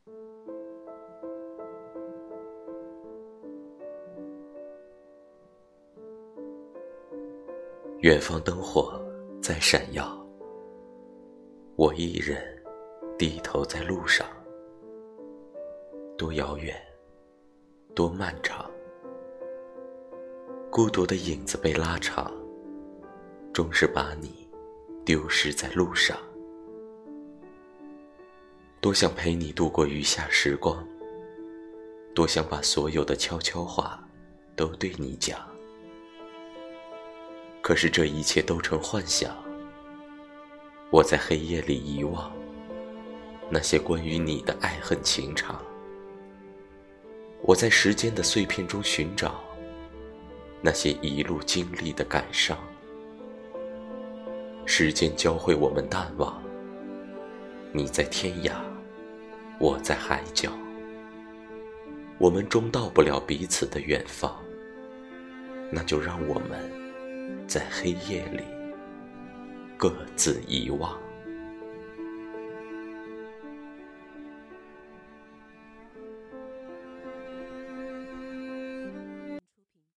远方灯火在闪耀，我一人低头在路上，多遥远，多漫长，孤独的影子被拉长，终是把你丢失在路上。多想陪你度过余下时光，多想把所有的悄悄话都对你讲，可是这一切都成幻想。我在黑夜里遗忘那些关于你的爱恨情长，我在时间的碎片中寻找那些一路经历的感伤。时间教会我们淡忘，你在天涯，我在海角，我们终到不了彼此的远方，那就让我们在黑夜里各自遗忘。